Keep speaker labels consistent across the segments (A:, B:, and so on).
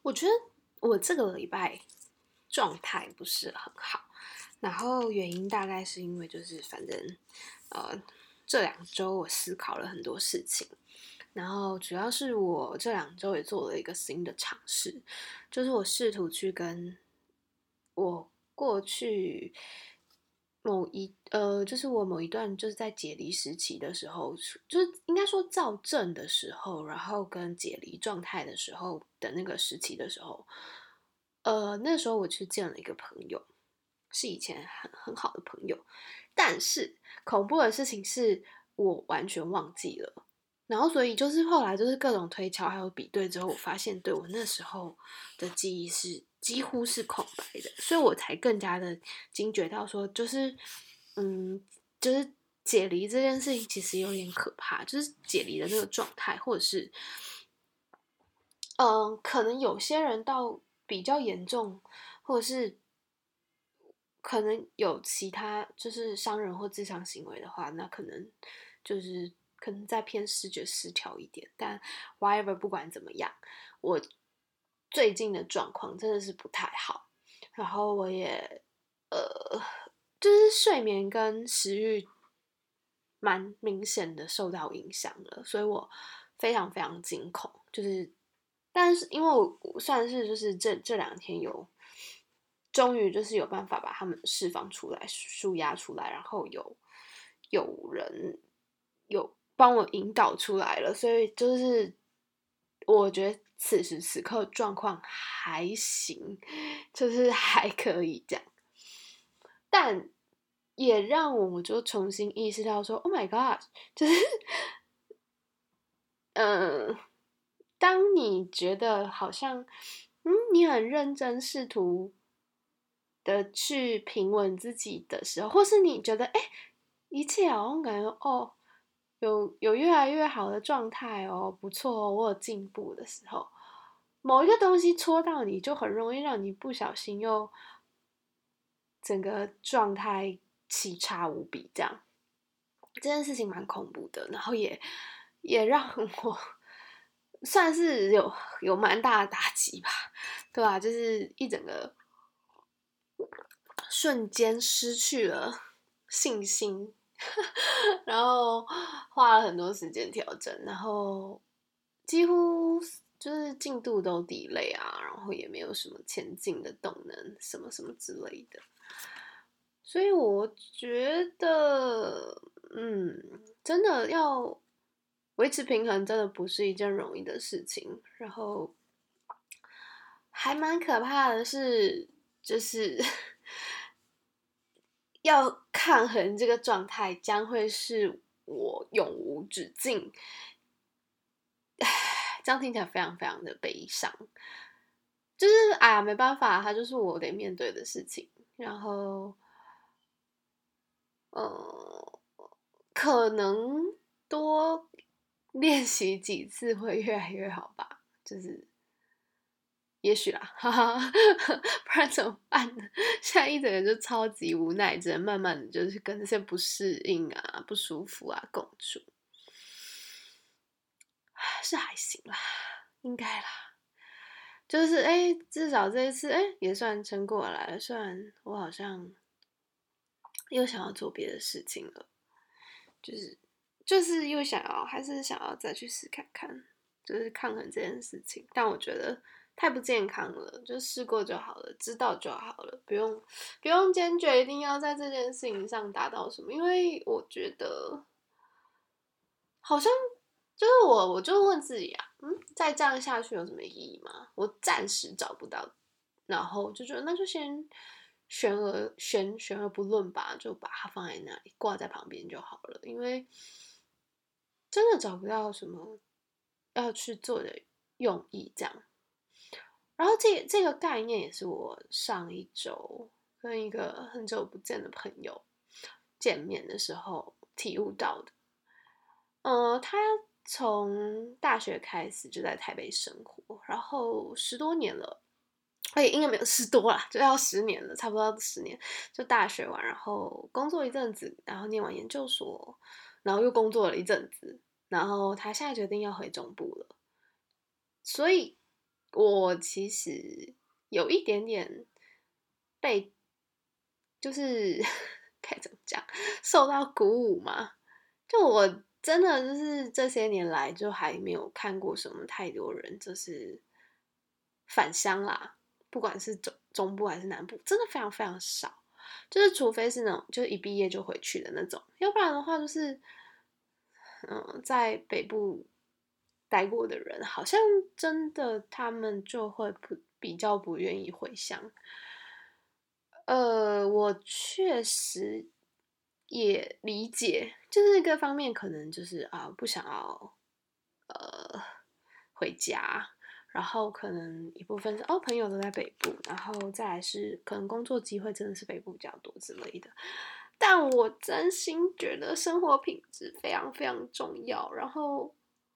A: 我觉得我这个礼拜状态不是很好，然后原因大概是因为就是反正呃这2周我思考了很多事情，然后主要是我这2周也做了一个新的尝试，就是我试图去跟我过去就是我某一段就是在解离时期的时候，就是应该说躁症的时候，然后跟解离状态的时候的那个时期的时候，那时候我去见了一个朋友，是以前很好的朋友，但是恐怖的事情是我完全忘记了。然后，所以就是后来就是各种推敲还有比对之后，我发现对我那时候的记忆是几乎是空白的，所以我才更加的惊觉到说，就是解离这件事情其实有点可怕，就是解离的那个状态，或者是可能有些人到比较严重，或者是可能有其他就是伤人或自伤行为的话，那可能就是可能再偏视觉失调一点。但 whatever 不管怎么样，我最近的状况真的是不太好，然后我也呃就是睡眠跟食欲蛮明显的受到影响了，所以我非常非常惊恐，就是但是因为我算是就是这2天终于就是有办法把他们释放出来、舒压出来，然后有人有帮我引导出来了，所以就是我觉得此时此刻状况还行，就是还可以这样，但也让我就重新意识到说，Oh my God，就是嗯，当你觉得好像你很认真试图的去平稳自己的时候，或是你觉得一切好像感觉有越来越好的状态哦，不错哦，我有进步的时候，某一个东西戳到你，就很容易让你不小心又整个状态奇差无比，这样这件事情蛮恐怖的，然后也让我算是有蛮大的打击吧，对吧、就是一整个瞬间失去了信心，然后花了很多时间调整，然后几乎就是进度都 delay 啊，然后也没有什么前进的动能，什么什么之类的。所以我觉得，真的要维持平衡，真的不是一件容易的事情。然后还蛮可怕的是，就是要抗衡这个状态，将会是我永无止境。这样听起来非常非常的悲伤，就是哎呀，没办法，它就是我得面对的事情。然后，呃，可能多练习几次会越来越好吧，就是也许啦，哈哈，不然怎么办呢？现在一整个就超级无奈，只能慢慢的就是跟这些不适应啊、不舒服啊共处，是还行啦，应该啦。就是至少这一次也算撑过来了。虽然我好像又想要做别的事情了，就是就是又想要还是想要再去试看看，就是抗衡这件事情。但我觉得太不健康了，就试过就好了，知道就好了，不用坚决一定要在这件事情上达到什么，因为我觉得好像就是我就问自己啊，再这样下去有什么意义吗？我暂时找不到，然后就觉得那就先悬而不论吧，就把它放在那里挂在旁边就好了，因为真的找不到什么要去做的用意，这样。然后这个概念也是我上一周跟一个很久不见的朋友见面的时候体悟到的。他从大学开始就在台北生活，然后10多年了，应该没有10多啦，就要10年了，差不多要10年。就大学完，然后工作一阵子，然后念完研究所，然后又工作了一阵子，然后他现在决定要回中部了。所以我其实有一点点被，就是该怎么讲，受到鼓舞嘛。就我真的就是这些年来就还没有看过什么太多人就是返乡啦，不管是中部还是南部，真的非常非常少。就是除非是那种就是一毕业就回去的那种，要不然的话就是在北部待过的人，好像真的他们就会比较不愿意回乡。我确实也理解，就是各方面可能就是不想要呃回家，然后可能一部分是朋友都在北部，然后再来是可能工作机会真的是北部比较多之类的。但我真心觉得生活品质非常非常重要，然后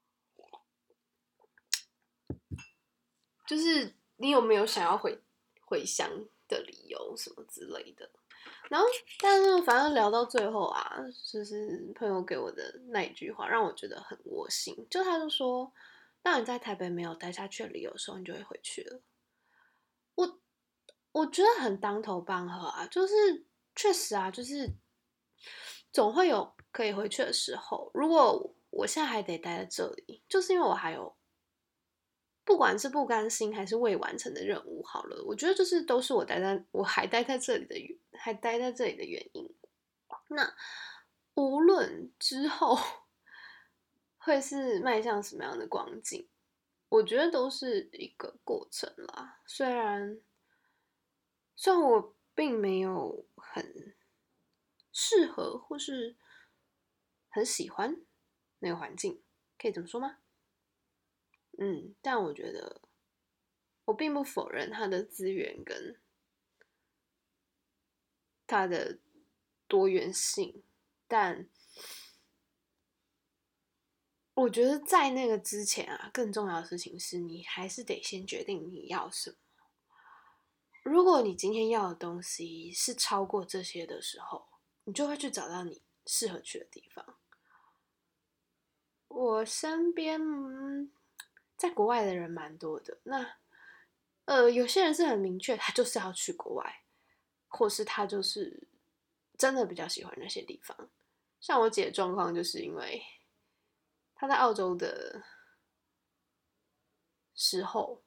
A: 就是你有没有想要回乡的理由什么之类的。然后，但是反正聊到最后啊，就是朋友给我的那一句话让我觉得很窝心，就他就说，当你在台北没有待下去的理由的时候，你就会回去了。我觉得很当头棒喝啊，就是确实啊，就是总会有可以回去的时候。如果我现在还得待在这里，就是因为我还有不管是不甘心还是未完成的任务，好了，我觉得就是都是我还待在这里的原因。那无论之后会是迈向什么样的光景，我觉得都是一个过程啦。虽然我并没有很适合或是很喜欢那个环境，可以这么说吗？但我觉得我并不否认它的资源跟它的多元性，但我觉得在那个之前啊，更重要的事情是你还是得先决定你要什么。如果你今天要的东西是超过这些的时候，你就会去找到你适合去的地方。我身边在国外的人蛮多的，那有些人是很明确，他就是要去国外，或是他就是真的比较喜欢那些地方。像我姐的状况，就是因为她在澳洲的时候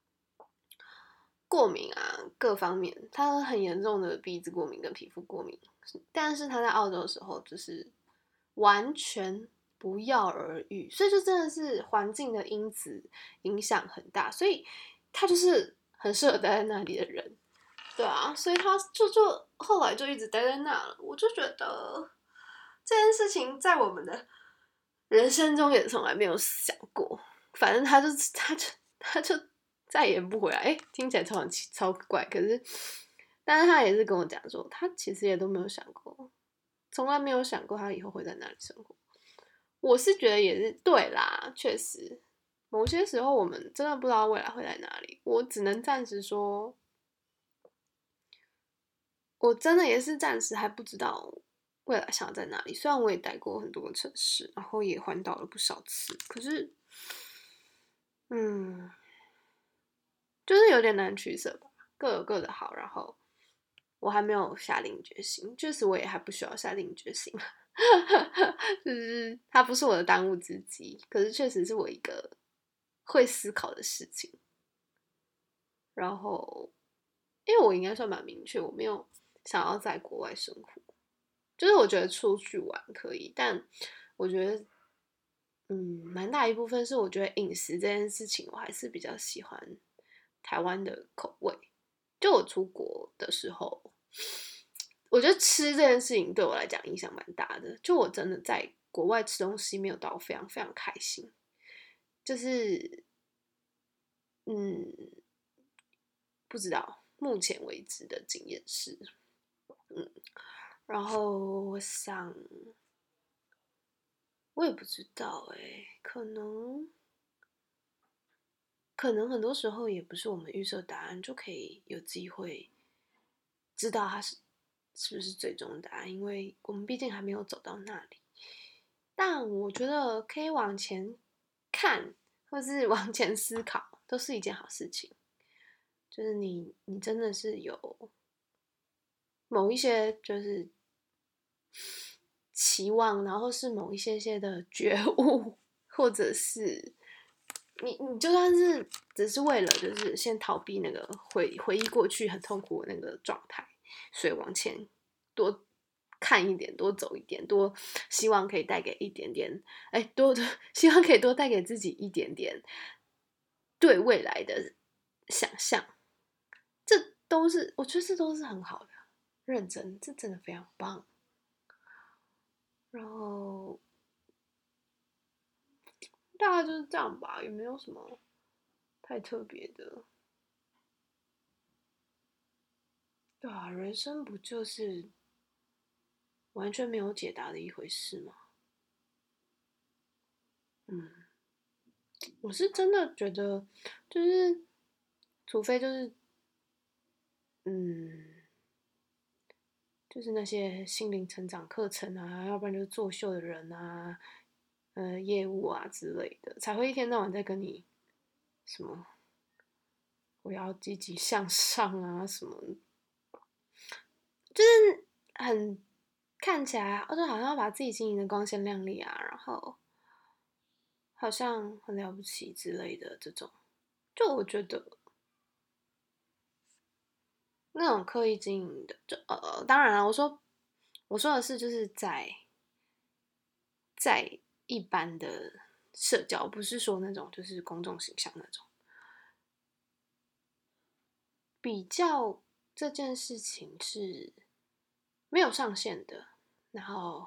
A: 过敏啊，各方面，她很严重的鼻子过敏跟皮肤过敏，但是她在澳洲的时候就是完全不药而愈，所以就真的是环境的因子影响很大，所以她就是很适合待在那里的人。对啊，所以他就后来就一直待在那了。我就觉得这件事情在我们的人生中也从来没有想过。反正他就再也不回来。听起来超怪，可是，但是他也是跟我讲说，他其实也都没有想过，从来没有想过他以后会在哪里生活。我是觉得也是对啦，确实，某些时候我们真的不知道未来会在哪里。我只能暂时说。我真的也是暂时还不知道未来想要在哪里。虽然我也待过很多个城市，然后也环岛了不少次，可是，嗯，就是有点难取舍吧，各有各的好。然后我还没有下定决心，确实我也还不需要下定决心，就是它不是我的当务之急，可是确实是我一个会思考的事情。然后，因为我应该算蛮明确，我没有想要在国外生活。就是我觉得出去玩可以，但我觉得，蛮大一部分是我觉得饮食这件事情，我还是比较喜欢台湾的口味。就我出国的时候，我觉得吃这件事情对我来讲影响蛮大的。就我真的在国外吃东西没有到非常非常开心，就是嗯，不知道目前为止的经验是，嗯，然后我想。我也不知道可能很多时候也不是我们预设答案就可以有机会知道它是不是最终答案，因为我们毕竟还没有走到那里。但我觉得可以往前看，或是往前思考， 都是一件好事情。就是你真的是有某一些就是期望，然后是某一些的觉悟，或者是你就算是只是为了就是先逃避那个回忆过去很痛苦的那个状态，所以往前多看一点，多走一点，多希望可以带给一点点，多希望可以多带给自己一点点对未来的想象，这都是我觉得这都是很好的，认真，这真的非常棒。然后大概就是这样吧，也没有什么太特别的。对啊，人生不就是完全没有解答的一回事吗？嗯，我是真的觉得，就是除非就是嗯，就是那些心灵成长课程啊，要不然就是作秀的人啊，业务啊之类的，才会一天到晚在跟你什么我要积极向上啊什么，就是很看起来，就好像要把自己经营的光鲜亮丽啊，然后好像很了不起之类的这种，就我觉得那种刻意经营的，就当然了，我说的是就是在一般的社交，不是说那种就是公众形象那种。比较这件事情是没有上限的，然后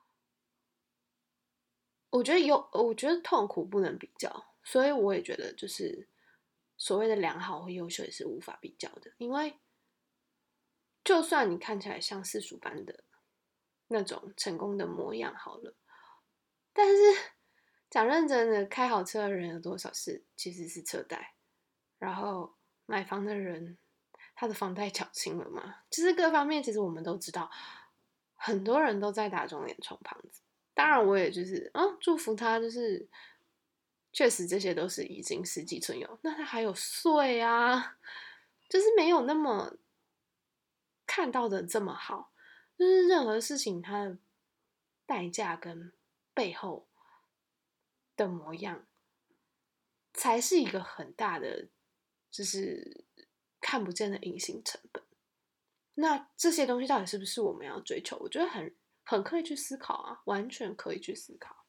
A: 我觉得痛苦不能比较，所以我也觉得就是所谓的良好或优秀也是无法比较的，因为就算你看起来像世俗般的那种成功的模样好了，但是讲认真的，开好车的人有多少其实是车贷，然后买房的人他的房贷缴清了吗？就是各方面，其实我们都知道，很多人都在打肿脸充胖子。当然，我也就是祝福他，就是确实这些都是已经实际存有，那他还有税啊，就是没有那么看到的这么好。就是任何事情它的代价跟背后的模样，才是一个很大的，就是看不见的隐形成本。那这些东西到底是不是我们要追求？我觉得很可以去思考啊，完全可以去思考。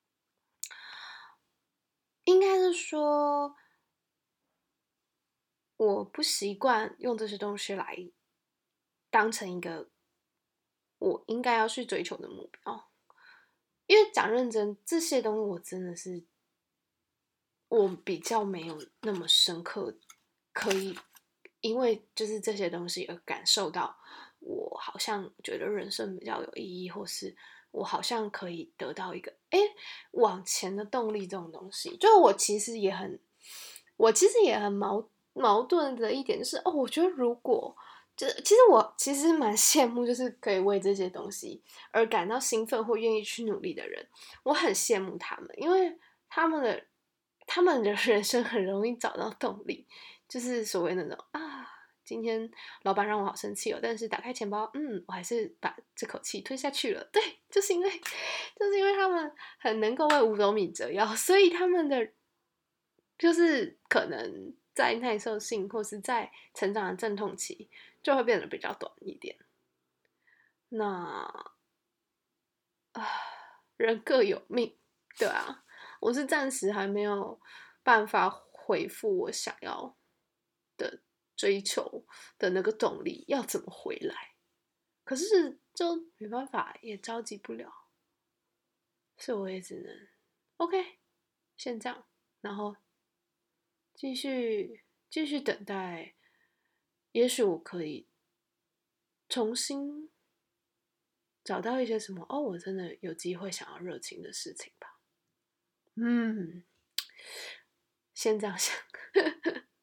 A: 应该是说，我不习惯用这些东西来当成一个我应该要去追求的目标，因为讲认真，这些东西我真的是我比较没有那么深刻，可以因为就是这些东西而感受到，我好像觉得人生比较有意义，或是我好像可以得到一个往前的动力这种东西。就我其实也很矛盾的一点就是我觉得如果其实我其实蛮羡慕，就是可以为这些东西而感到兴奋或愿意去努力的人，我很羡慕他们，因为他们的他们的人生很容易找到动力，就是所谓那种今天老板让我好生气哦，但是打开钱包，我还是把这口气吞下去了。对，就是因为他们很能够为五斗米折腰，所以他们的就是可能在耐受性或是在成长的阵痛期就会变得比较短一点。那人各有命，对啊，我是暂时还没有办法回复我想要的追求的那个动力要怎么回来，可是就没办法，也着急不了，所以我也只能 OK 先这样，然后继续等待，也许我可以重新找到一些什么我真的有机会想要热情的事情吧。先这样想。